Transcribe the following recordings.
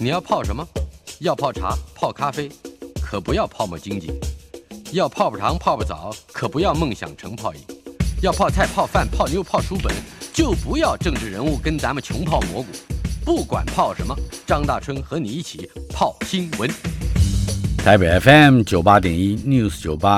你要泡什么？要泡茶、泡咖啡，可不要泡沫经济；要泡泡糖、泡泡澡，可不要梦想成泡影；要泡菜、泡饭、泡妞、泡书本，就不要政治人物跟咱们穷泡蘑菇。不管泡什么，张大春和你一起泡新闻。台北 FM 98.1 News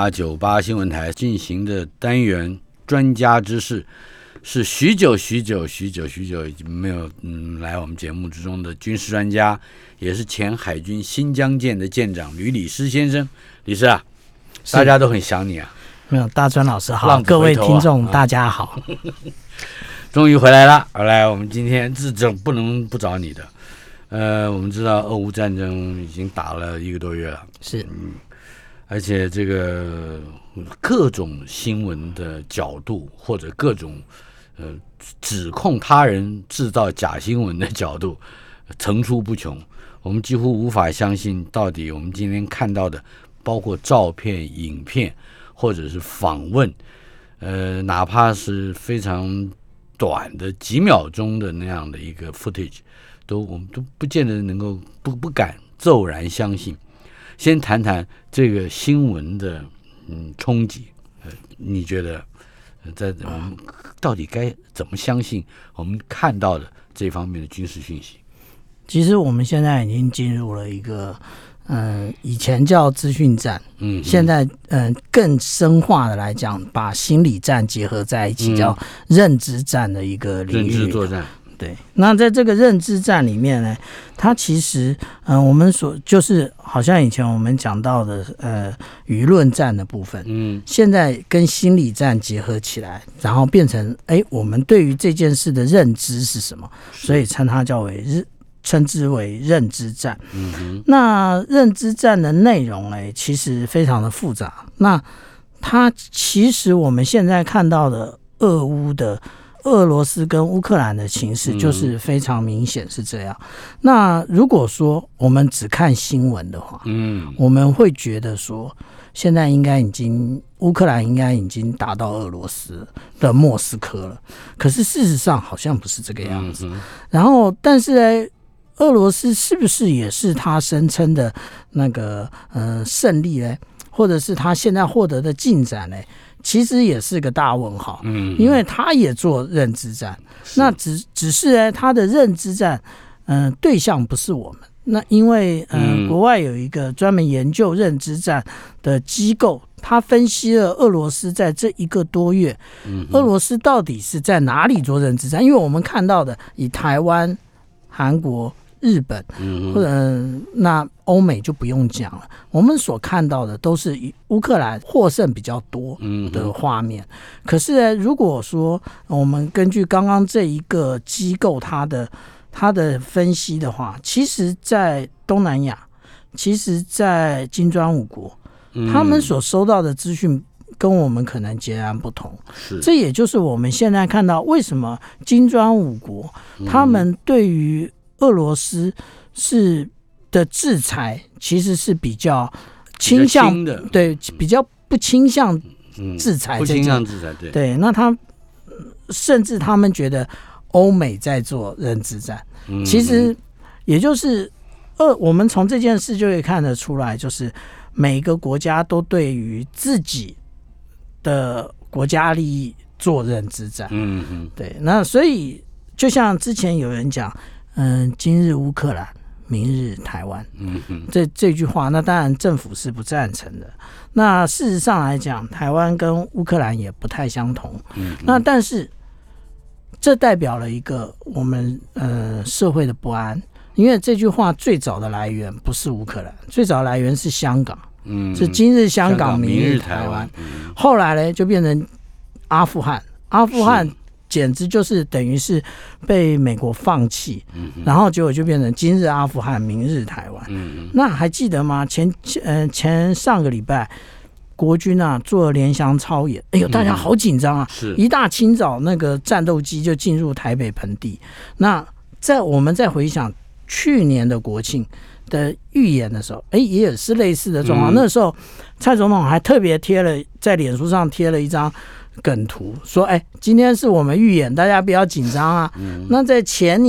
98新闻台进行的单元专家知识，是许久已经没有来我们节目之中的军事专家，也是前海军新疆舰的舰长吕礼师先生。李师啊，大家都很想你啊。 没有，大川老师好，各位听众大家好。 终于回来了。好来，我们今天这不能不找你的。我们知道俄乌战争已经打了1个多月了， 是， 而且这个各种新闻的角度或者各种指控他人制造假新闻的角度层出不穷，我们几乎无法相信到底我们今天看到的，包括照片、影片或者是访问，哪怕是非常短的几秒钟的那样的一个 footage， 我们都不见得能够不敢骤然相信。先谈谈这个新闻的冲击，你觉得我们到底该怎么相信我们看到的这方面的军事讯息？ 其实我们现在已经进入了一个以前叫资讯战，现在更深化的来讲，把心理战结合在一起，叫认知战的一个领域， 认知作战。 对，那在这个认知战里面呢，它其实我们就是好像以前我们讲到的舆论战的部分，现在跟心理战结合起来，然后变成我们对于这件事的认知是什么，所以称之为认知战。那认知战的内容其实非常的复杂。那它其实我们现在看到的俄罗斯跟乌克兰的情势就是非常明显是这样。那如果说我们只看新闻的话，我们会觉得说现在乌克兰应该已经打到俄罗斯的莫斯科了，可是事实上好像不是这个样子。然后但是呢，俄罗斯是不是也是他声称的那个胜利呢？或者是他现在获得的进展呢？其实也是个大问号，因为他也做认知战，那只是呢，他的认知战，对象不是我们。那因为国外有一个专门研究认知战的机构，他分析了俄罗斯在这1个多月，俄罗斯到底是在哪里做认知战？因为我们看到的，以台湾、韩国、日本，或者那欧美就不用讲了，我们所看到的都是乌克兰获胜比较多的画面。可是呢，如果说我们根据刚刚这一个机构它的分析的话，其实在东南亚，其实在金砖5国，他们所收到的资讯跟我们可能截然不同。这也就是我们现在看到为什么金砖5国他们对于俄罗斯的制裁其实是比较倾向的，对，比较不倾向制裁， 不倾向制裁， 对。那甚至他们觉得欧美在做认知战，其实也就是我们从这件事就可以看得出来，就是每个国家都对于自己的国家利益做认知战，对。那所以就像之前有人讲，今日乌克兰，明日台湾，这句话，那当然政府是不赞成的。那事实上来讲，台湾跟乌克兰也不太相同，那但是这代表了一个我们社会的不安，因为这句话最早的来源不是乌克兰，最早的来源是香港，是今日香港，明日台湾，后来呢就变成阿富汗简直就是等于是被美国放弃，然后结果就变成今日阿富汗，明日台湾。那还记得吗？前上个礼拜，国军做了联翔操演，大家好紧张啊！一大清早那个战斗机就进入台北盆地。那我们再回想去年的国庆的预演的时候，也是类似的状况。那时候蔡总统还特别在脸书上贴了一张梗图，说今天是我们预演，大家不要紧张啊。那在前年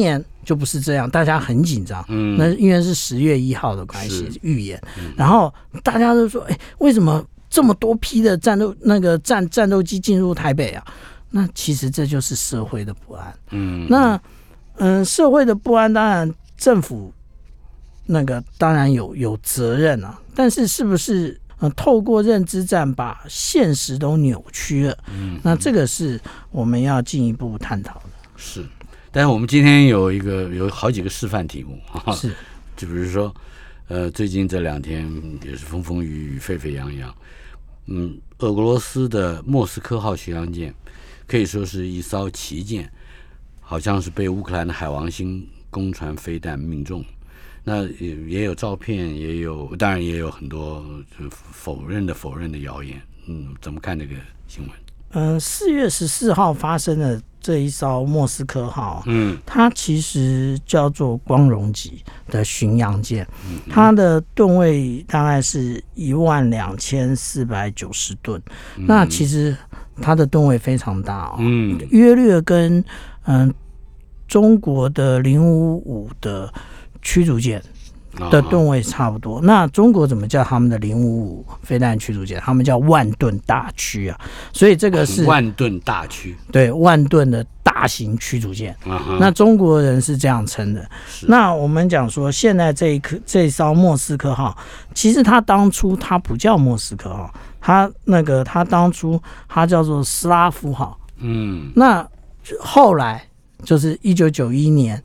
就不是这样，大家很紧张。那因为是10月1号的关系预演，然后大家都说，为什么这么多批的战斗机进入台北啊？那其实这就是社会的不安。那社会的不安，当然政府当然有责任啊，但是是不是透过认知战把现实都扭曲了？那这个是我们要进一步探讨的。 是，但是我们今天有好几个示范题目是， 就比如说，最近这2天也是风风雨雨、沸沸扬扬。俄罗斯的莫斯科号巡洋舰可以说是一艘旗舰，好像是被乌克兰的海王星攻传飞弹命中。那也有照片，当然也有很多否认的谣言。怎么看这个新闻 ？4月14号发生的这一艘莫斯科号，它其实叫做光荣级的巡洋舰，它的吨位大概是12490吨，那其实它的吨位非常大约略跟中国的055的驱逐舰的吨位差不多。那中国怎么叫他们的055飞弹驱逐舰？他们叫万吨大驱啊，所以这个是万吨大驱， 对，万吨的大型驱逐舰。那中国人是这样称的。那我们讲说，现在这一艘莫斯科号，其实它当初它不叫莫斯科号，它当初它叫做斯拉夫号。那后来就是1991年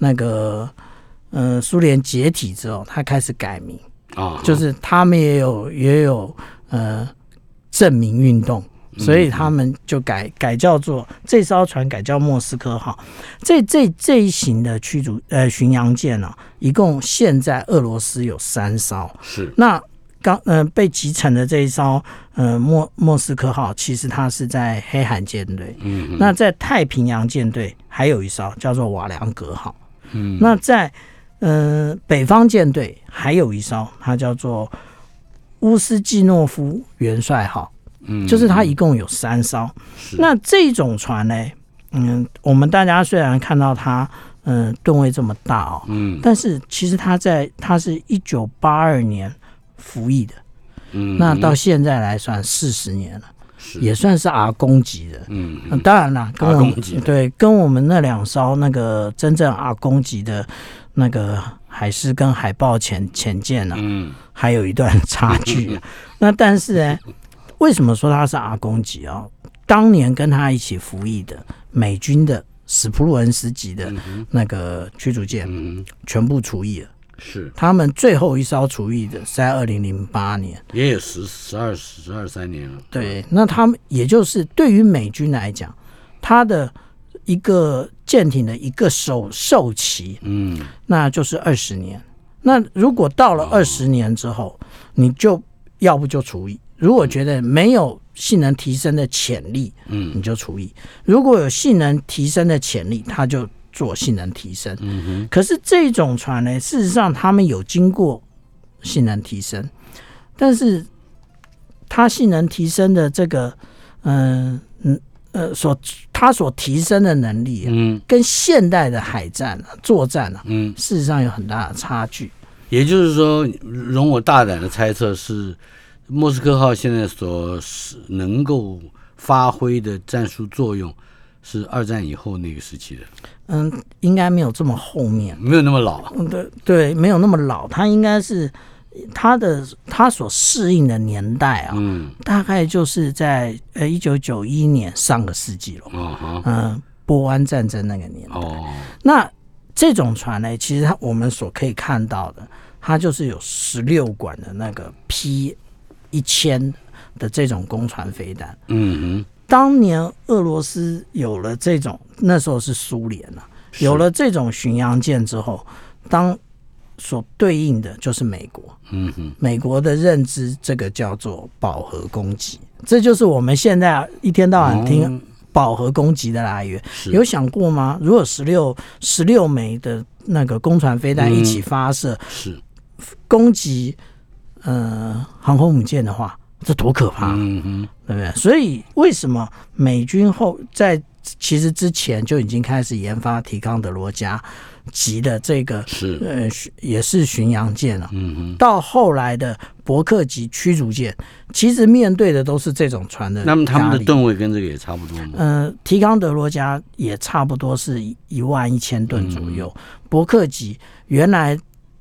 苏联解体之后，他开始改名就是他们也有正名运动，所以他们就改叫做这艘船改叫莫斯科号。这一型的巡洋舰一共现在俄罗斯有3艘。 是， 那被击沉的这一艘莫斯科号，其实它是在黑海舰队。那在太平洋舰队还有一艘叫做瓦良格号。那在北方舰队还有一艘，它叫做乌斯季诺夫元帅号。就是它一共有3艘。那这种船呢，我们大家虽然看到它吨位这么大但是其实它是1982年服役的。那到现在来算40年了，也算是阿公级的。当然啦，跟我们那2艘真正阿公级的海狮跟海豹潜舰还有一段差距。那但是呢，为什么说它是阿公级当年跟他一起服役的美军的史普鲁恩斯级的驱逐舰全部除役了。 是， 他们最后一艘除役的是在2008年， 也有13年了。 对，那他们也就是对于美军来讲，他的一个舰艇的一个授期，那就是20年。那如果到了20年之后，你就要不就除役，如果觉得没有性能提升的潜力，你就除役；如果有性能提升的潜力，它就做性能提升。可是这种船呢，事实上他们有经过性能提升，但是它性能提升的这个它所提升的能力跟现代的海战作战事实上有很大的差距。 也就是说，容我大胆的猜测是，莫斯科号现在所能够发挥的战术作用是2战以后那个时期的。 应该没有这么后面， 没有那么老。 对，没有那么老，它应该是它所适应的年代大概就是在1991年上个世纪了。波湾战争那个年代。那这种船呢，其实我们所可以看到的，它就是有16管的那个 P1000的这种攻船飞弹。当年俄罗斯有了这种，那时候是苏联有了这种巡洋舰之后，所对应的就是美国。美国的认知，这个叫做饱和攻击，这就是我们现在一天到晚听饱和攻击的来源。有想过吗？如果16枚的那个攻船飞弹一起发射，攻击航空母舰的话，这多可怕，对不对？所以为什么美军其实之前就已经开始研发提康德罗加级的这个也是巡洋舰了。到后来的伯克级驱逐舰，其实面对的都是这种船的。 那么他们的吨位跟这个也差不多吗？ 提康德罗加也差不多是11000吨左右。伯克级原来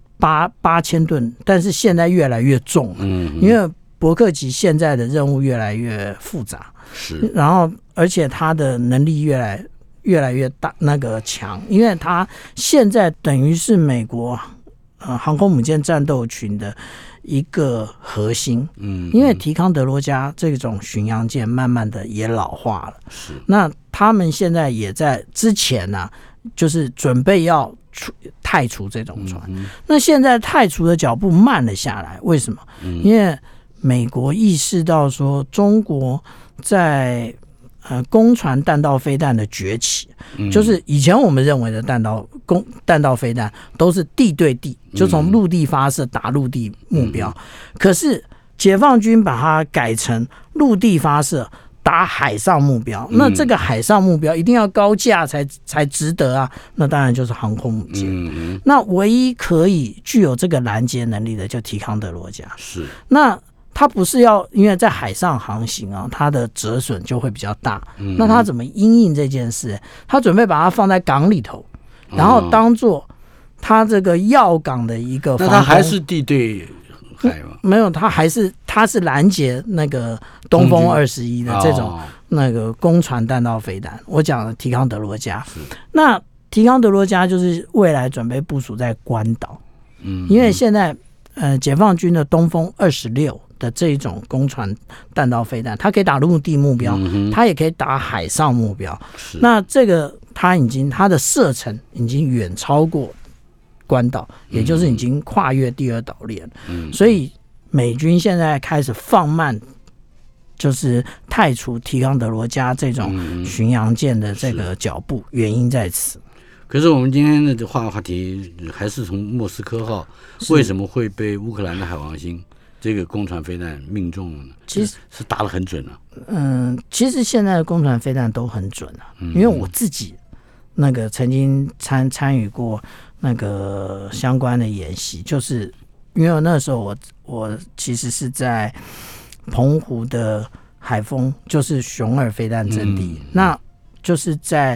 8000吨，但是现在越来越重了。因为伯克级现在的任务越来越复杂，然后而且它的能力越来越大，那个强，因为它现在等于是美国航空母舰战斗群的一个核心。因为提康德罗加这种巡洋舰慢慢的也老化了，那他们现在也在之前呢，就是准备要汰除这种船。那现在汰除的脚步慢了下来，为什么？因为美国意识到说中国在攻船弹道飞弹的崛起，就是以前我们认为的弹道飞弹都是地对地，就从陆地发射打陆地目标，可是解放军把它改成陆地发射打海上目标。那这个海上目标一定要高架才值得啊，那当然就是航空母舰。那唯一可以具有这个拦截能力的就提康德罗加。那它不是要因为在海上航行啊，它的折损就会比较大。那它怎么因应这件事？它准备把它放在港里头，然后当做它这个要港的一个防空。 那它还是地对海吗？ 没有，它是拦截那个东风21的这种那个攻船弹道飞弹。我讲的提康德罗加，那提康德罗加就是未来准备部署在关岛。因为现在解放军的东风26的这种攻船弹道飞弹，它可以打陆地目标，它也可以打海上目标。那这个它的射程已经远超过关岛，也就是已经跨越第二岛链。所以美军现在开始放慢，就是汰除提康德罗加这种巡洋舰的这个脚步，原因在此。 可是我们今天的话题还是从莫斯科号为什么会被乌克兰的海王星这个攻船飞弹命中了呢？其实是打得很准啊。 其实现在的攻船飞弹都很准啊。因为我自己那个曾经参与过那个相关的演习，就是因为那时候我其实是在澎湖的海丰，就是雄二飞弹阵地。那就是在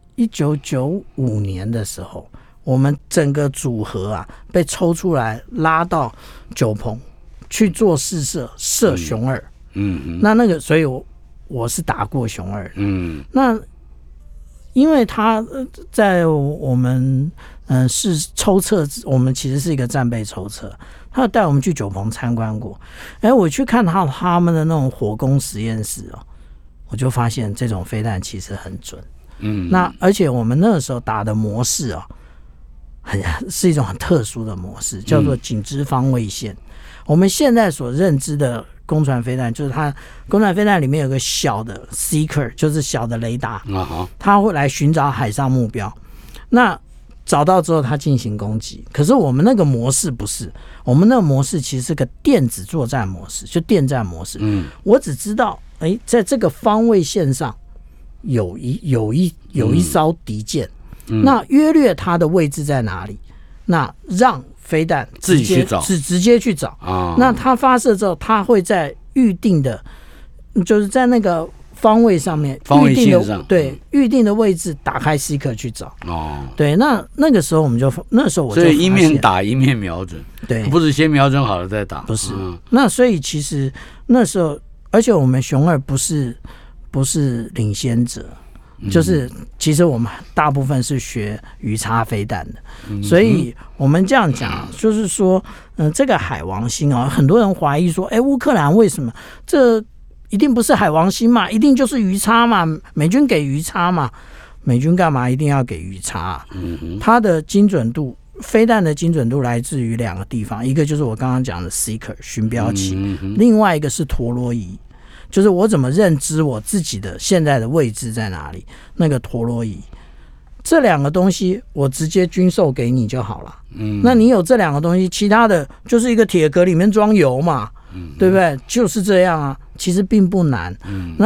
1995年的时候，我们整个组合啊被抽出来拉到九鹏去做试射雄二。那个所以我是打过雄二。那因为他在我们是抽测，我们其实是一个战备抽测，他有带我们去九鹏参观过。我去看他们的那种火攻实验室哦，我就发现这种飞弹其实很准。那而且我们那个时候打的模式哦，是一种很特殊的模式，叫做井支方位线。我们现在所认知的攻船飞弹，就是它攻船飞弹里面有个小的 seeker， 就是小的雷达，它会来寻找海上目标。那找到之后，它进行攻击。可是我们那个模式不是，我们那个模式其实是个电子作战模式，就电战模式。我只知道，在这个方位线上有一艘敌舰，那约略它的位置在哪里？那让飞弹自己去找， 直接去找。那它发射之后，它会在预定的，就是在那个方位上面， 方位线上， 对，预定的位置打开 seeker 去找。对，那个时候我就所以一面打一面瞄准， 对， 不是先瞄准好了再打， 不是。那所以其实那时候，而且我们雄二不是领先者。就是其实我们大部分是学鱼叉飞弹的，所以我们这样讲，就是说，这个海王星啊，很多人怀疑说，乌克兰为什么这一定不是海王星嘛，一定就是鱼叉嘛，美军给鱼叉嘛，美军干嘛一定要给鱼叉？它的精准度，飞弹的精准度来自于两个地方，一个就是我刚刚讲的 seeker 寻标器，另外一个是陀螺仪。就是我怎么认知我自己的现在的位置在哪里？那个陀螺仪，这两个东西我直接军售给你就好了。那你有这两个东西，其他的就是一个铁壳里面装油嘛，对不对？就是这样啊，其实并不难。那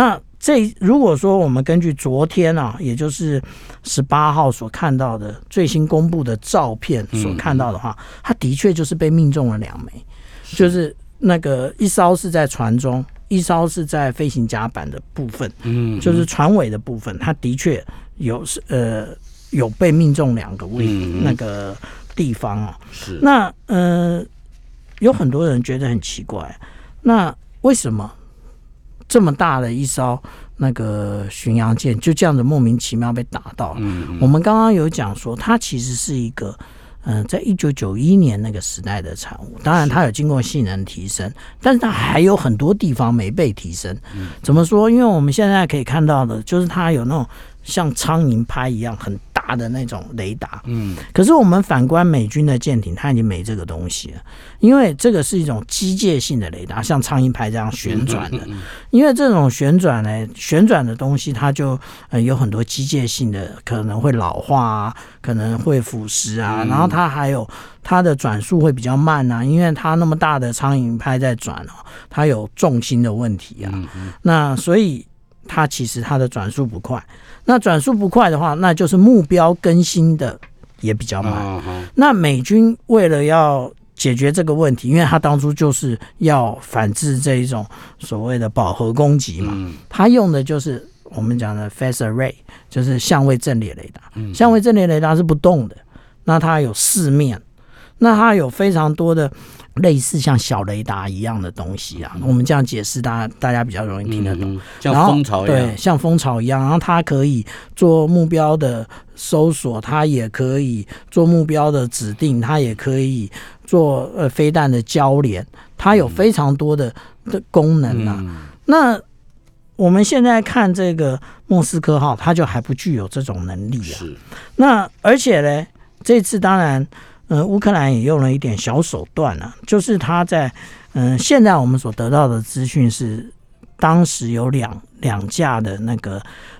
如果说我们根据昨天啊，也就是18号所看到的最新公布的照片所看到的话，它的确就是被命中了2枚，就是那个一艘是在船中，一艘是在飞行甲板的部分，就是船尾的部分，它的确有被命中2个那个地方啊。 是那有很多人觉得很奇怪，那为什么这么大的一艘那个巡洋舰就这样子莫名其妙被打到了？我们刚刚有讲说，它其实是一个在1991年那个时代的产物，当然它有经过性能提升，但是它还有很多地方没被提升。怎么说？因为我们现在可以看到的就是它有那种像苍蝇拍一样很大的那种雷达，可是我们反观美军的舰艇，它已经没这个东西了，因为这个是一种机械性的雷达，像苍蝇拍这样旋转的，因为这种旋转的东西，它就有很多机械性的，可能会老化啊，可能会腐蚀啊，然后它还有它的转速会比较慢啊，因为它那么大的苍蝇拍在转它有重心的问题啊，那所以它其实它的转速不快。那转速不快的话，那就是目标更新的也比较慢。那美军为了要解决这个问题，因为他当初就是要反制这一种所谓的饱和攻击嘛，他用的就是我们讲的 phase array， 就是相位阵列雷达。相位阵列雷达是不动的，那它有4面，那它有非常多的类似像小雷达一样的东西啊，我们这样解释大家比较容易听得懂， 像蜂巢一样， 对，像蜂巢一样，然后它可以做目标的搜索，它也可以做目标的指定，它也可以做飞弹的交联，它有非常多的功能啊。那我们现在看这个莫斯科号，它就还不具有这种能力啊。那而且呢，这次当然。乌克兰也用了一点小手段啊，就是他在现在我们所得到的资讯是，当时有两架的那个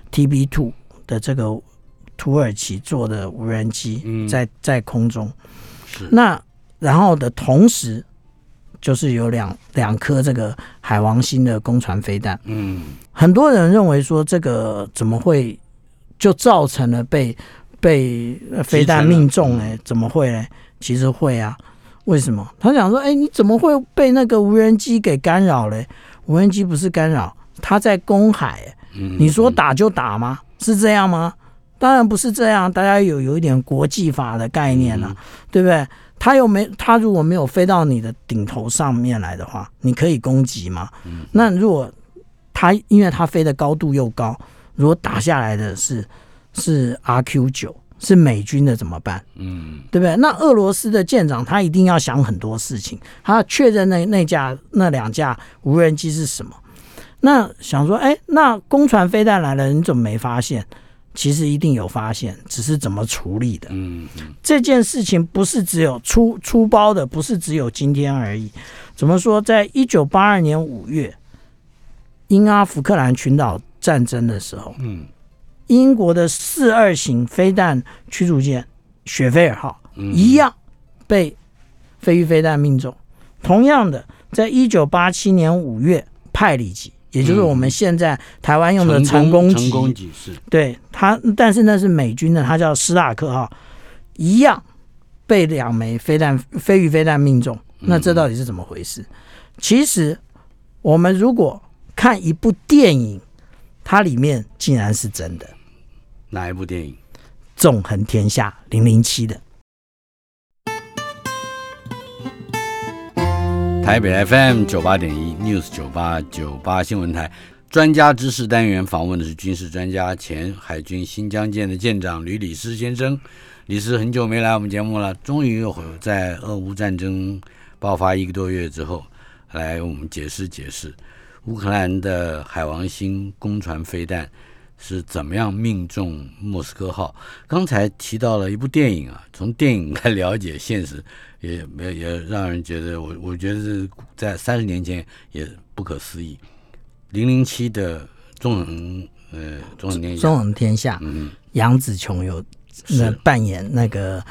TB2 的这个土耳其做的无人机在空中，那然后的同时就是有两颗这个海王星的攻船飞弹，很多人认为说这个怎么会就造成了被飞弹命中呢？怎么会呢？其实会啊，为什么？他讲说，你怎么会被那个无人机给干扰嘞？无人机不是干扰，它在公海，你说打就打吗？是这样吗？当然不是这样，大家有一点国际法的概念啊，对不对？它如果没有飞到你的顶头上面来的话，你可以攻击吗？那如果因为它飞的高度又高，如果打下来的是 RQ9， 是美军的怎么办？对不对？那俄罗斯的舰长他一定要想很多事情，他要确认那2架无人机是什么。那想说，那攻船飞弹来了，你怎么没发现？其实一定有发现，只是怎么处理的。这件事情不是只有出包的，不是只有今天而已。怎么说？在1982年5月，英阿福克兰群岛战争的时候，英国的42型飞弹驱逐舰雪菲尔号一样被飞鱼飞弹命中。同样的，在1987年5月，派里级，也就是我们现在台湾用的成功级，对它，但是那是美军的，它叫斯塔克号，一样被2枚飞鱼飞弹命中。那这到底是怎么回事？其实我们如果看一部电影，它里面竟然是真的。 哪一部电影？ 纵横天下007的。 台北 FM 98.1 News 98新闻台专家知识单元，访问的是军事专家、前海军新疆舰的舰长吕礼师先生。李师很久没来我们节目了，终于在俄乌战争爆发1个多月之后，来我们解释乌克兰的海王星攻船飞弹是怎么样命中莫斯科号。刚才提到了一部电影啊，从电影来了解现实，也让人觉得，我觉得在30年前也不可思议。007的纵横天下，杨紫琼有扮演那个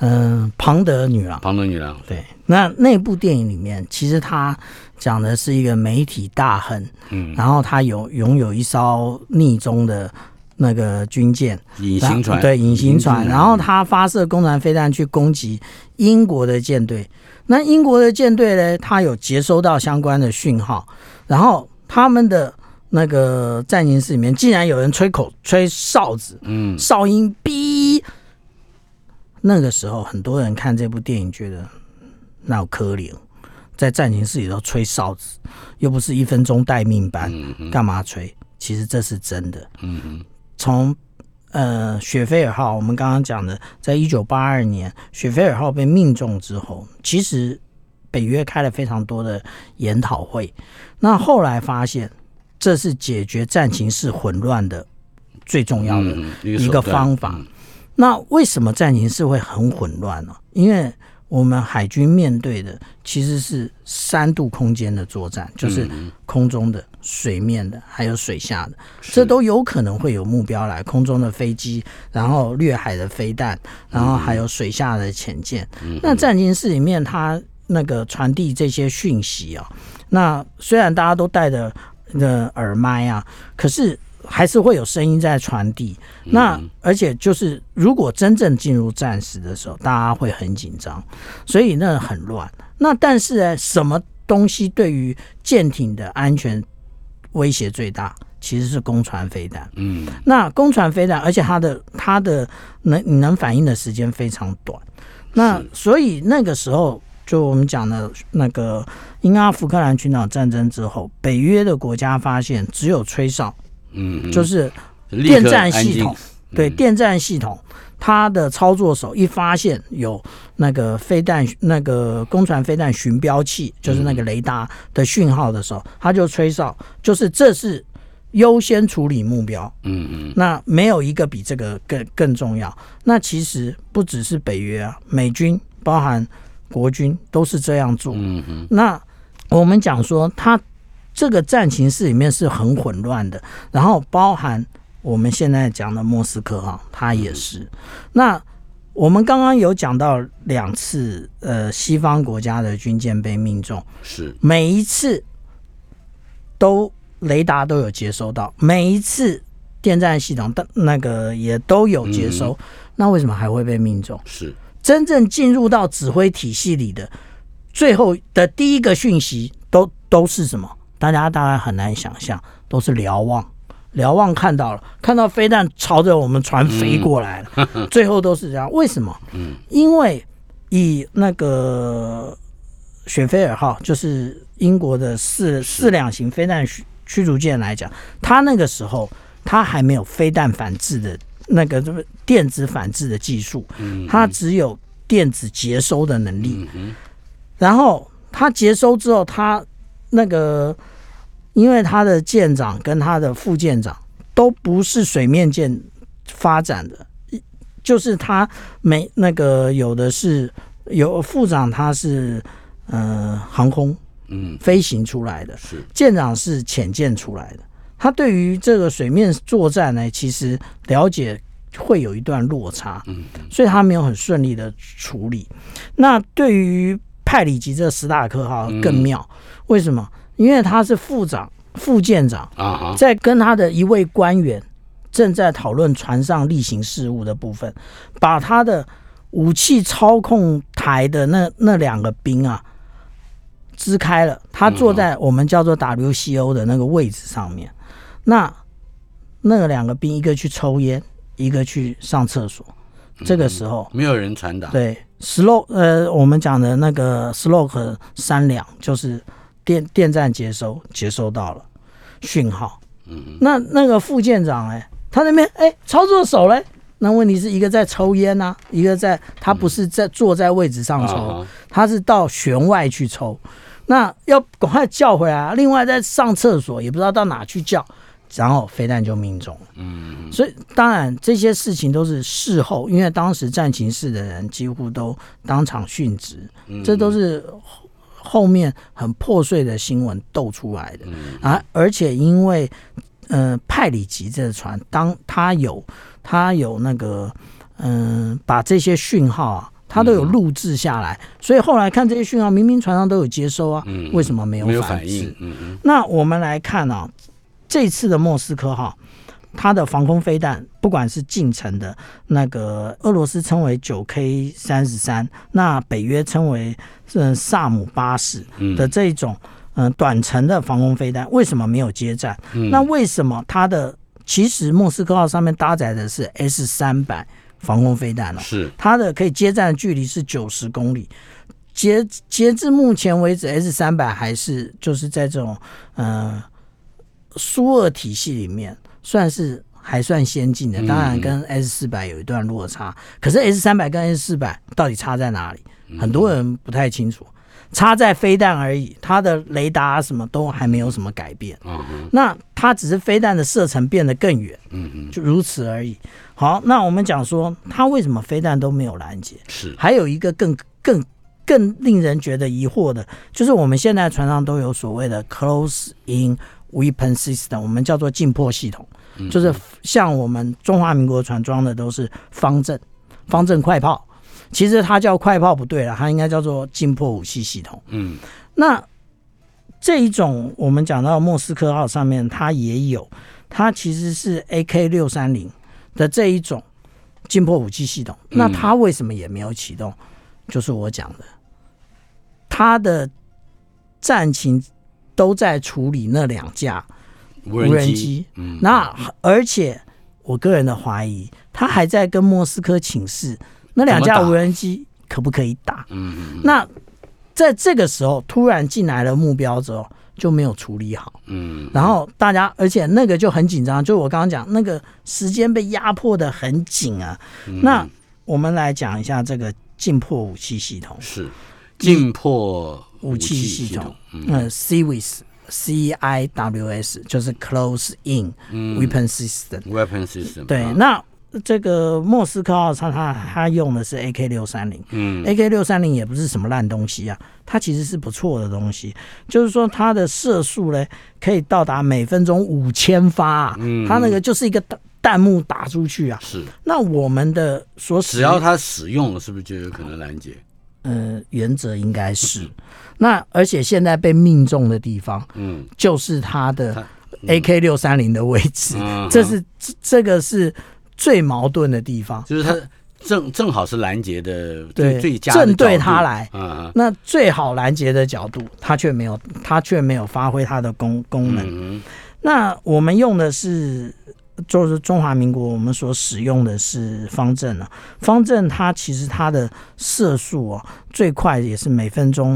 庞德女郎。 庞德女郎， 对，那部电影里面，其实他讲的是一个媒体大亨，然后他拥有一艘匿踪的那个军舰隐形船， 对，隐形船，然后他发射攻船飞弹去攻击英国的舰队。那英国的舰队呢，他有接收到相关的讯号，然后他们的那个战情室里面竟然有人吹哨子，哨音哔。那个时候很多人看这部电影觉得那有可怜，在战情室里头吹哨子，又不是1分钟待命班，干嘛吹？其实这是真的。从雪菲尔号，我们刚刚讲的，在1982年雪菲尔号被命中之后，其实北约开了非常多的研讨会，那后来发现这是解决战情室混乱的最重要的一个方法。那为什么战情室会很混乱呢？因为我们海军面对的其实是3度空间的作战，就是空中的、水面的还有水下的，这都有可能会有目标来，空中的飞机，然后掠海的飞弹，然后还有水下的潜舰。那战情室里面它那个传递这些讯息啊，那虽然大家都戴着耳麦啊，可是还是会有声音在传递。那而且就是如果真正进入战时的时候，大家会很紧张，所以那很乱。那但是呢，什么东西对于舰艇的安全威胁最大？其实是攻船飞弹。那攻船飞弹，而且它的能反应的时间非常短。那所以那个时候，就我们讲的那个英阿福克兰群岛战争之后，北约的国家发现只有吹哨，就是电站系统，对，电站系统，它的操作手一发现有那个飞弹，那个攻船飞弹巡标器，就是那个雷达的讯号的时候，它就吹哨，就是这是优先处理目标。那没有一个比这个更重要。那其实不只是北约啊，美军包含国军都是这样做。那我们讲说，它这个战情室里面是很混乱的，然后包含我们现在讲的莫斯科号，它也是。那我们刚刚有讲到2次，西方国家的军舰被命中，是每一次都雷达都有接收到，每一次电站系统那个也都有接收，那为什么还会被命中？是真正进入到指挥体系里的最后的第一个讯息都是什么？大家大概很难想象，都是瞭望看到了，看到飞弹朝着我们船飞过来了，最后都是这样。为什么？因为以那个雪菲尔号，就是英国的四两型飞弹驱逐舰来讲，它那个时候它还没有飞弹反制的那个电子反制的技术，它只有电子接收的能力。然后它接收之后，它那个因为他的舰长跟他的副舰长都不是水面舰发展的，就是他那个有的是有副长他是航空飞行出来的，舰长是潜舰出来的，他对于这个水面作战呢，其实了解会有一段落差，所以他没有很顺利的处理。那对于派里级这史塔克号更妙，为什么？因为他是副舰长，在跟他的一位官员正在讨论船上例行事务的部分，把他的武器操控台的那2个兵啊支开了，他坐在我们叫做 WCO 的那个位置上面。那个2个兵，一个去抽烟，一个去上厕所。这个时候没有人传达。对我们讲的那个 Sloke 3两就是电站接收到了讯号。那个副舰长他那边操作手嘞，那问题是一个在抽烟啊，一个他不是坐在位置上抽，他是到舷外去抽，那要赶快叫回来啊，另外在上厕所也不知道到哪去叫，然后飞弹就命中了。所以当然这些事情都是事后，因为当时战情室的人几乎都当场殉职，这都是后面很破碎的新闻斗出来的。而且因为派里级这个船，当他有那个把这些讯号啊， 它都有录制下来，所以后来看这些讯号，明明船上都有接收啊，为什么没有反应？那我们来看啊，这次的莫斯科号，它的防空飞弹，不管是近程的那个俄罗斯称为 9K33， 那北约称为萨姆80的这种短程的防空飞弹，为什么没有接战？那为什么它的其实莫斯科号上面搭载的是 S300防空飞弹是它的可以接战的距离是90公里。截至目前为止 ，S300还是就是在这种苏俄体系里面还算先进的，当然跟 S400有一段落差。可是 S300跟 S400到底差在哪里？很多人不太清楚。差在飞弹而已，它的雷达什么都还没有什么改变。那它只是飞弹的射程变得更远，就如此而已。好，那我们讲说它为什么飞弹都没有拦截？ 是还有一个更令人觉得疑惑的，就是我们现在船上都有所谓的 close-in weapon system， 我们叫做近迫系统，就是像我们中华民国船装的都是方阵快炮。其实它叫快炮不对了，它应该叫做近迫武器系统。那这一种我们讲到莫斯科号上面它也有，它其实是 AK630的这一种近迫武器系统。那它为什么也没有启动？就是我讲的，它的战情都在处理那2架无人机。那而且我个人的怀疑，他还在跟莫斯科请示。那2架无人机可不可以打？那在这个时候突然进来了目标之后就没有处理好。然后大家，而且那个就很紧张，就我刚刚讲那个时间被压迫的很紧啊。那我们来讲一下这个近迫武器系统。 是近迫武器系统 CIWS 就是 Close In Weapon System。对，那这个莫斯科号它用的是 AK630，AK630也不是什么烂东西啊，它其实是不错的东西，就是说它的射速呢可以到达每分钟5000发啊，它那个就是一个弹幕打出去啊。 是， 那我们的只要它使用了，是不是就有可能拦截？ 原则应该是。那而且现在被命中的地方，就是它的 AK630的位置，这个是最矛盾的地方， 就是它正好是拦截的最佳的正对它来。那最好拦截的角度，它却没有发挥它的功能。那我们用的是就是中华民国，我们所使用的是方阵啊。方阵它其实它的射速啊，最快也是每分钟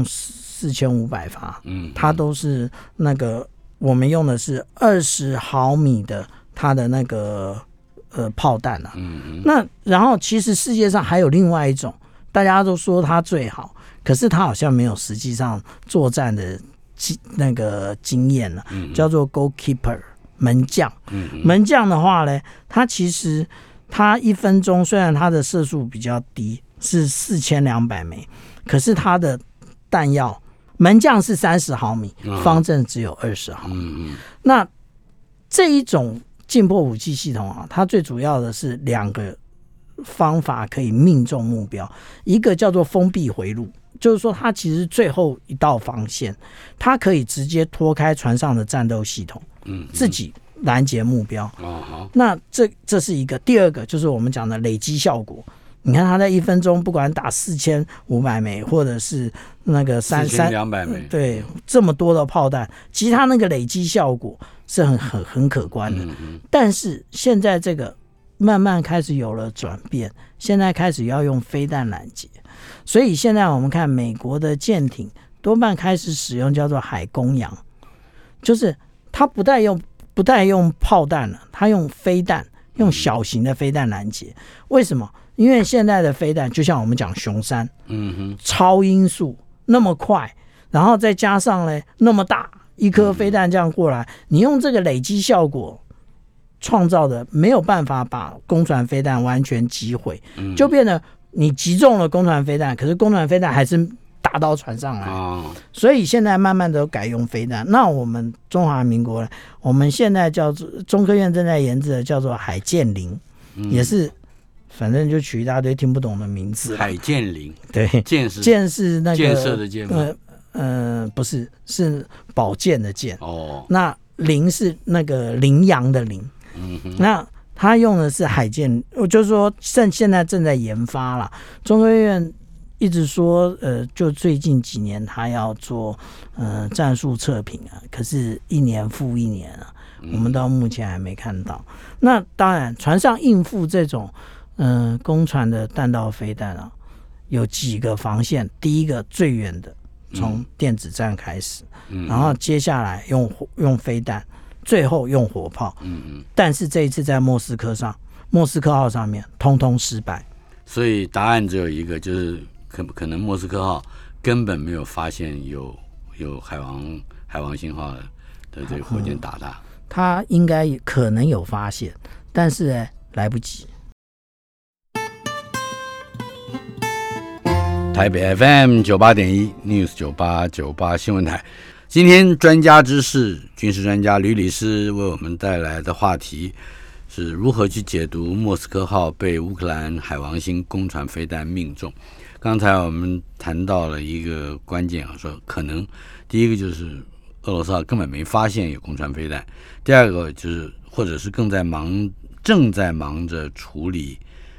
4500发。它都是那个我们用的是20毫米的它的那个炮弹啊。那然后其实世界上还有另外一种，大家都说它最好，可是它好像没有实际上作战的那个经验了，叫做 Goalkeeper 门将。门将的话呢，它其实它1分钟虽然它的射速比较低，是4200枚，可是它的弹药门将是30毫米，方阵只有20毫米。那这一种近迫武器系统啊，它最主要的是2个方法可以命中目标，一个叫做封闭回路，就是说它其实最后一道防线，它可以直接脱开船上的战斗系统，自己拦截目标。那这是一个。第二个就是我们讲的累积效果，你看它在1分钟不管打4500枚或者是那个 3200枚， 对，这么多的炮弹，其实它那个累积效果是很可观的。但是现在这个慢慢开始有了转变，现在开始要用飞弹拦截，所以现在我们看美国的舰艇多半开始使用叫做海公洋，就是它不带用炮弹了，它用飞弹，用小型的飞弹拦截。为什么？因为现在的飞弹就像我们讲雄三，超音速那么快，然后再加上呢那么大一颗飞弹这样过来，你用这个累积效果创造的没有办法把攻船飞弹完全击毁，就变得你击中了攻船飞弹，可是攻船飞弹还是打到船上来。所以现在慢慢的改用飞弹。那我们中华民国呢，我们现在叫做中科院正在研制的叫做海剑灵，也是反正就取一大堆听不懂的名字。 海建林， 对，建是那个建设的建吗？ 不是，是宝剑的剑。 哦， 那羚是那个羚羊的羚。那他用的是海建，我就是说现在正在研发啦。中科院一直说，就最近几年他要做战术测评啊，可是1年复1年啊，我们到目前还没看到。那当然，船上应付这种攻船的弹道飞弹啊，有几个防线。第一个最远的，从电子战开始，然后接下来用飞弹，最后用火炮。但是这一次在莫斯科号上面，通通失败。 所以答案只有一个，就是可能莫斯科号根本没有发现有海王星号的这个火箭打它。 他应该可能有发现，但是来不及。 台北 FM 98.1 News 98新闻台，今天专家知识军事专家吕礼师为我们带来的话题是如何去解读莫斯科号被乌克兰海王星攻船飞弹命中。刚才我们谈到了一个关键啊，说可能第一个就是俄罗斯号根本没发现有攻船飞弹，第二个就是或者是正在忙着处理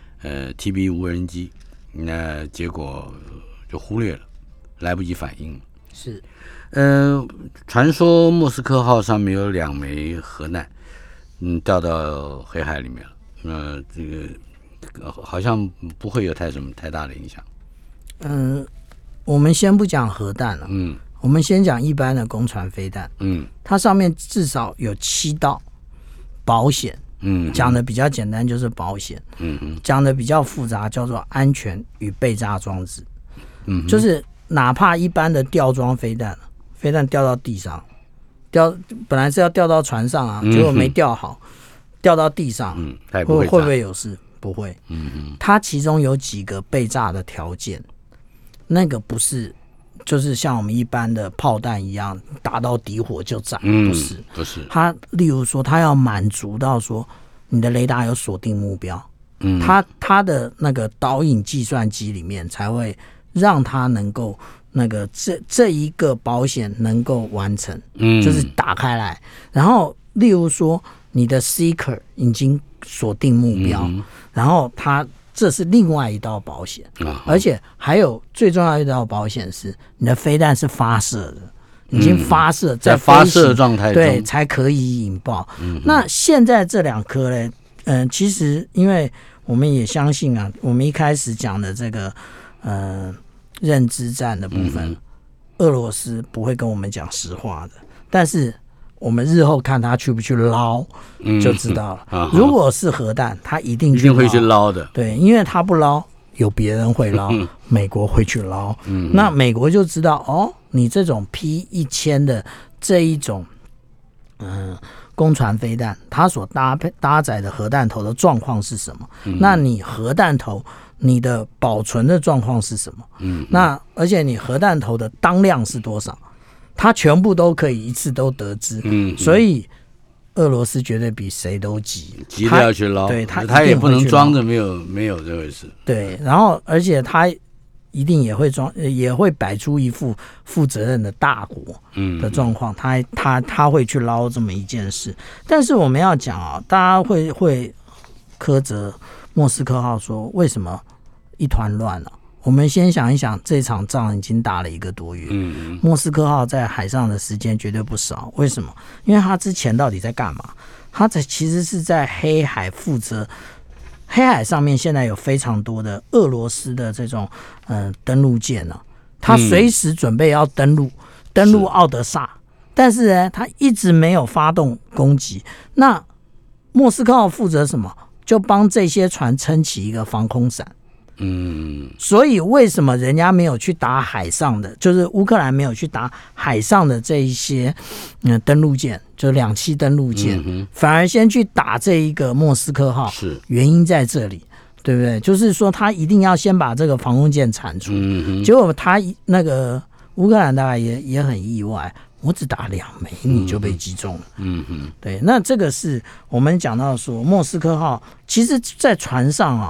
TB 无人机，那结果就忽略了，来不及反应。 是， 传说莫斯科号上面有2枚核弹，掉到黑海里面了。这个好像不会有什么太大的影响。 我们先不讲核弹了，我们先讲一般的攻船飞弹。它上面至少有7道保险。讲的比较简单就是保险。讲的比较复杂叫做安全与被炸装置。就是哪怕一般的吊装飞弹掉到地上，本来是要掉到船上啊，结果没吊好，掉到地上， 会不会有事？不会。它其中有几个被炸的条件，那个不是就是像我们一般的炮弹一样打到底火就炸，不是。它例如说，它要满足到说你的雷达有锁定目标，它的那个导引计算机里面才会让它能够那个这一个保险能够完成，就是打开来，然后例如说你的 Seeker 已经锁定目标，然后这是另外一道保险，而且还有最重要一道保险是你的飞弹是发射的，已经发射， 在发射状态中， 对，才可以引爆。那现在这2颗呢？其实因为我们也相信啊，我们一开始讲的这个认知战的部分，俄罗斯不会跟我们讲实话的，但是我们日后看他去不去捞就知道了。如果是核弹，他一定会去捞的。 对，因为他不捞，有别人会捞，美国会去捞。那美国就知道你这种 P1000 的这一种攻船飞弹，它所搭载的核弹头的状况是什么？那你核弹头你的保存的状况是什么？那而且你核弹头的当量是多少？它全部都可以一次都得知。所以俄罗斯绝对比谁都急的要去捞， 对， 他也不能装着没有这回事。 对，然后而且他一定也会摆出一副负责任的大国的状况，他会去捞这么一件事。但是我们要讲啊，大家会苛责莫斯科号说为什么一团乱了？我们先想一想，这场仗已经打了1个多月，莫斯科号在海上的时间绝对不少。为什么？因为他之前到底在干嘛？他其实是在黑海负责。黑海上面现在有非常多的俄罗斯的这种登陆舰呢，他随时准备要登陆奥德萨，但是呢，他一直没有发动攻击。那莫斯科号负责什么？就帮这些船撑起一个防空伞。所以为什么人家没有去打海上的，就是乌克兰没有去打海上的这一些登陆舰，就2栖登陆舰，反而先去打这一个莫斯科号？是原因在这里，对不对？就是说他一定要先把这个防空舰铲除。结果他那个乌克兰大概也很意外，我只打2枚你就被击中了。对，那这个是我们讲到说莫斯科号，其实在船上啊。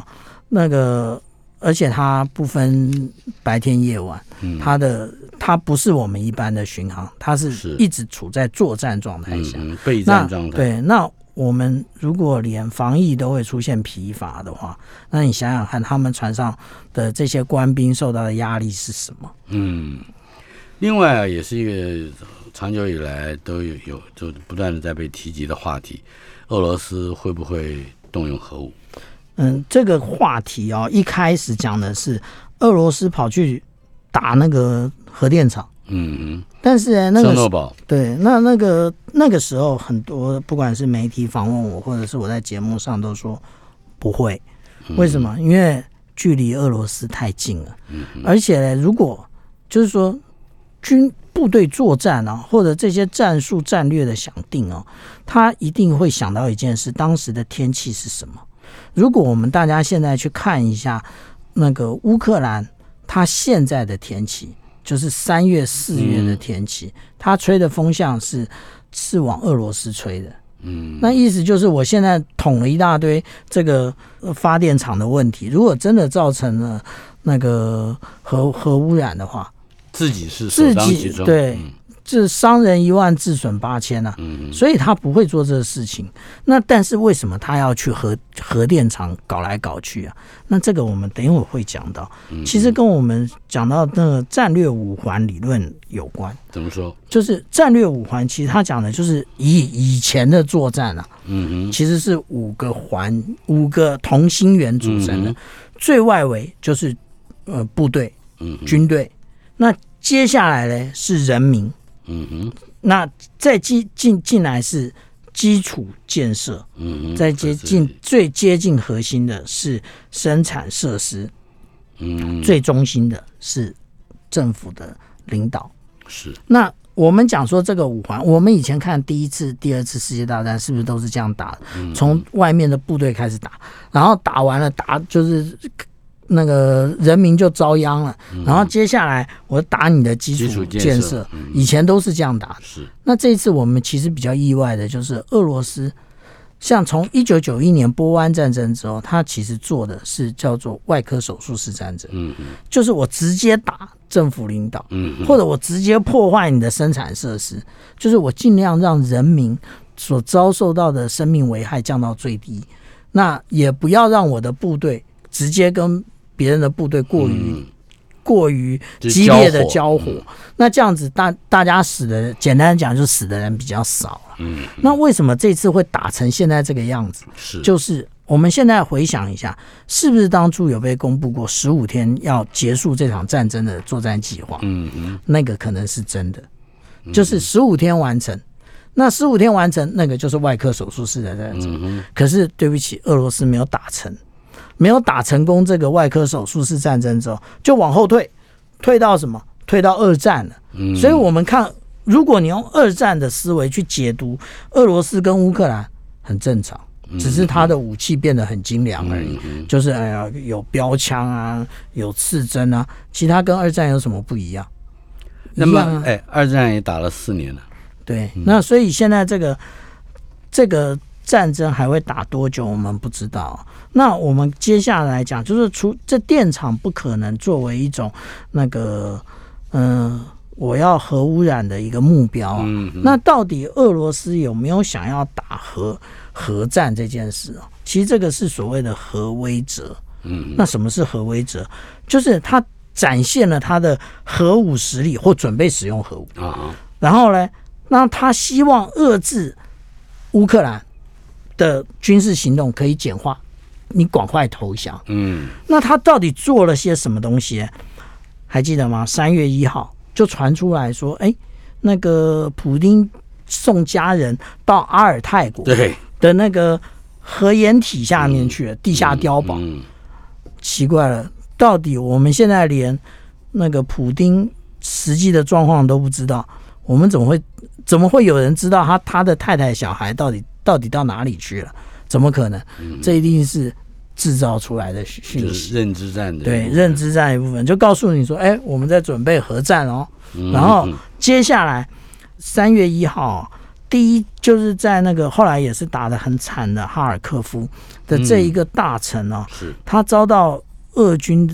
而且它不分白天夜晚，它不是我们一般的巡航，它是一直处在作战状态下， 备战状态。 对，那我们如果连防疫都会出现疲乏的话，那你想想看，他们船上的这些官兵受到的压力是什么？ 另外也是一个长久以来都有就不断的在被提及的话题，俄罗斯会不会动用核武？ 这个话题一开始讲的是俄罗斯跑去打那个核电厂，但是那个对，那个时候很多不管是媒体访问我，或者是我在节目上都说不会，为什么？因为距离俄罗斯太近了，而且呢，如果就是说部队作战啊，或者这些战术战略的想定他一定会想到一件事，当时的天气是什么。如果我们大家现在去看一下那个乌克兰，它现在的天气就是3月4月的天气，它吹的风向是往俄罗斯吹的。那意思就是我现在捅了一大堆这个发电厂的问题，如果真的造成了那个核污染的话， 自己是首当其冲， 对，这伤人1万，自损8000啊，所以他不会做这个事情。那但是为什么他要去核电厂搞来搞去啊？那这个我们等一会儿会讲到，其实跟我们讲到那个战略五环理论有关。 怎么说？就是战略五环，其实他讲的就是以前的作战啊，其实是5个环，5个同心圆组成的，最外围就是部队、军队，那接下来呢是人民。那再进来是基础建设，再最接近核心的是生产设施，最中心的是政府的领导。 是。那我们讲说这个五环，我们以前看第1次、第2次世界大战是不是都是这样打的？从外面的部队开始打，然后打完了就是那个人民就遭殃了，然后接下来我打你的基础建设，以前都是这样打的。那这一次我们其实比较意外的就是俄罗斯，像从1991年波湾战争之后，他其实做的是叫做外科手术式战争，就是我直接打政府领导，或者我直接破坏你的生产设施，就是我尽量让人民所遭受到的生命危害降到最低，那也不要让我的部队直接跟别人的部队过于激烈的交火，那这样子大家死的，简单讲就死的人比较少了。那为什么这次会打成现在这个样子？就是我们现在回想一下，是不是当初有被公布过15天要结束这场战争的作战计划？那个可能是真的，就是15天完成。那15天完成，那个就是外科手术式的战争。可是对不起，俄罗斯没有打成。没有打成功这个外科手术式战争之后，就往后退到什么？退到2战了。所以我们看，如果你用2战的思维去解读俄罗斯跟乌克兰，很正常，只是他的武器变得很精良而已。就是有标枪啊，有刺针啊，其他跟2战有什么不一样？ 那么2战也打了4年了。 对，那所以现在这个战争还会打多久，我们不知道。那我们接下来讲，就是这电厂不可能作为一种那个我要核污染的一个目标啊。那到底俄罗斯有没有想要打核战这件事啊？其实这个是所谓的核威慑。那什么是核威慑？就是它展现了它的核武实力或准备使用核武然后呢，那他希望遏制乌克兰的军事行动可以简化，你赶快投降。那他到底做了些什么东西？还记得吗？3月1号就传出来说，那个普丁送家人到阿尔泰国的那个核掩体下面去了，地下碉堡。奇怪了，到底我们现在连那个普丁实际的状况都不知道，我们怎么会有人知道他的太太小孩到底到哪里去了？怎么可能？这一定是制造出来的讯息， 就是认知战的。 对，认知战一部分就告诉你说，我们在准备核战哦。然后接下来3月1号， 第一就是在那个后来也是打得很惨的哈尔科夫的这一个大城哦，他遭到俄军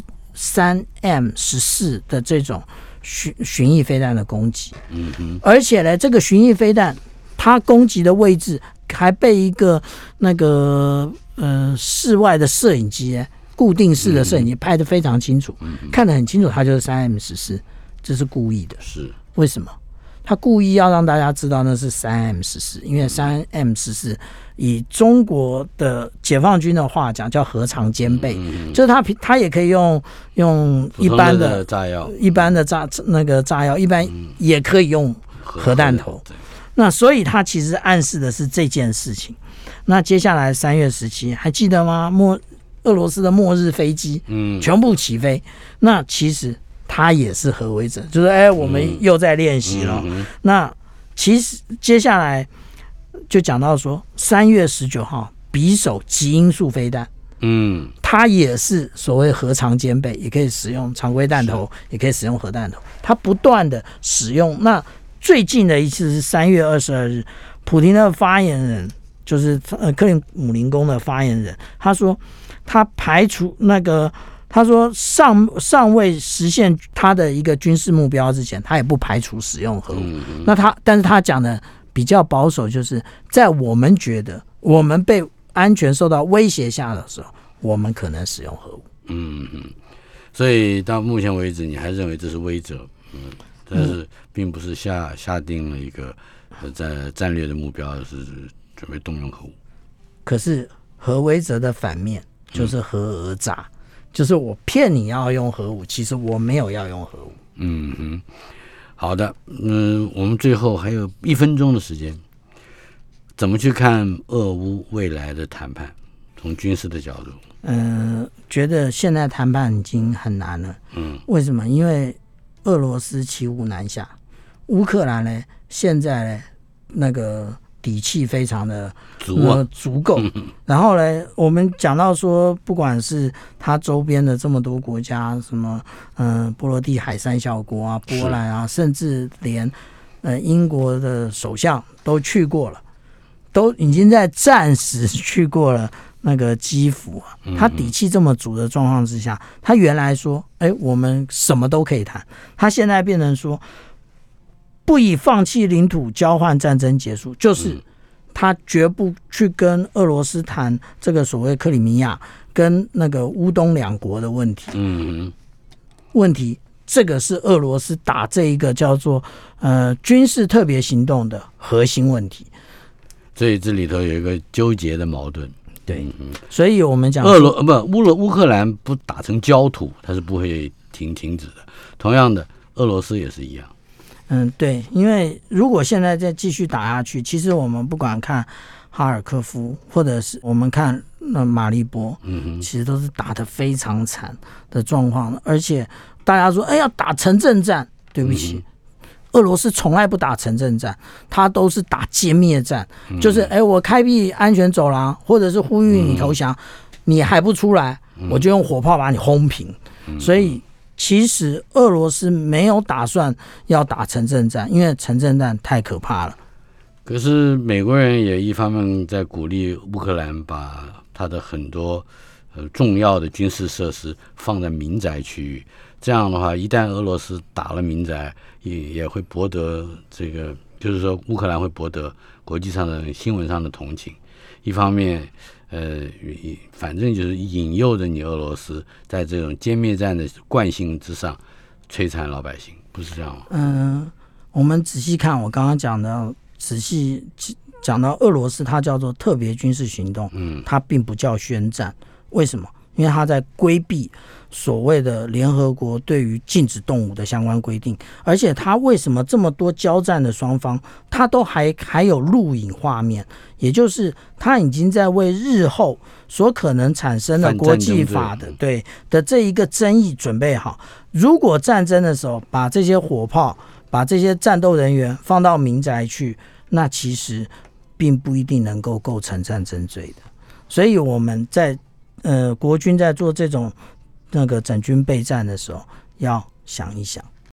3M14的这种巡弋飞弹的攻击，而且呢，这个巡弋飞弹它攻击的位置还被一个那个室外的摄影机，固定式的摄影机拍得非常清楚，看得很清楚，它就是3M14，这是故意的。是为什么？他故意要让大家知道那是3M14，因为3M14以中国的解放军的话讲叫核常兼备，就是他也可以用一般的炸药， 一般的炸药，一般也可以用核弹头。那所以他其实暗示的是这件事情。那接下来3月17还记得吗？俄罗斯的末日飞机全部起飞，那其实他也是核威者，就是我们又在练习了。那其实接下来就讲到说3月19号匕首极音速飞弹，它也是所谓核常兼备，也可以使用常规弹头，也可以使用核弹头，它不断的使用。那最近的一次是3月22日，普丁的发言人就是克里姆林宫的发言人，他说他排除他说尚未实现他的一个军事目标之前，他也不排除使用核武。但是他讲的比较保守，就是在我们觉得我们被安全受到威胁下的时候，我们可能使用核武。 所以到目前为止，你还认为这是威慑，但是并不是下定了一个在战略的目标是准备动用核武。 可是核威慑的反面就是核讹诈。就是我骗你要用核武，其实我没有要用核武。 好的，我们最后还有1分钟的时间，怎么去看俄乌未来的谈判？从军事的角度， 觉得现在谈判已经很难了。为什么？因为俄罗斯骑虎难下，乌克兰呢，现在呢那个底气非常的足够。然后呢，我们讲到说，不管是它周边的这么多国家，什么波罗的海三小国啊，波兰啊，甚至连英国的首相都去过了，都已经在暂时去过了那个基辅啊。他底气这么足的状况之下，他原来说，我们什么都可以谈，他现在变成说，不以放弃领土交换战争结束，就是他绝不去跟俄罗斯谈这个所谓克里米亚跟那个乌东两国的问题。问题这个是俄罗斯打这一个叫做军事特别行动的核心问题。 所以这里头有一个纠结的矛盾。 对，所以我们讲乌克兰不打成焦土，它是不会停止的。同样的，俄罗斯也是一样。 对，因为如果现在再继续打下去，其实我们不管看哈尔科夫，或者是我们看马利波，其实都是打得非常惨的状况。而且大家说，要打城镇战，对不起，俄罗斯从来不打城镇战，他都是打歼灭战，就是我开辟安全走廊，或者是呼吁你投降，你还不出来，我就用火炮把你轰平。所以其实俄罗斯没有打算要打城镇战，因为城镇战太可怕了。 可是美国人也一方面在鼓励乌克兰把他的很多重要的军事设施放在民宅区域，这样的话，一旦俄罗斯打了民宅，也会博得这个，就是说乌克兰会博得国际上的新闻上的同情。一方面反正就是引诱着你俄罗斯在这种歼灭战的惯性之上摧残老百姓，不是这样吗？ 我们仔细看我刚刚讲的，仔细讲到俄罗斯它叫做特别军事行动，它并不叫宣战。为什么？因为它在规避所谓的联合国对于禁止动武的相关规定，而且它为什么这么多交战的双方它都还有录影画面，也就是它已经在为日后所可能产生的国际法的这一个争议准备好。如果战争的时候把这些火炮把这些战斗人员放到民宅去，那其实并不一定能够构成战争罪的。所以我们在国军在做这种那个整军备战的时候，要想一想。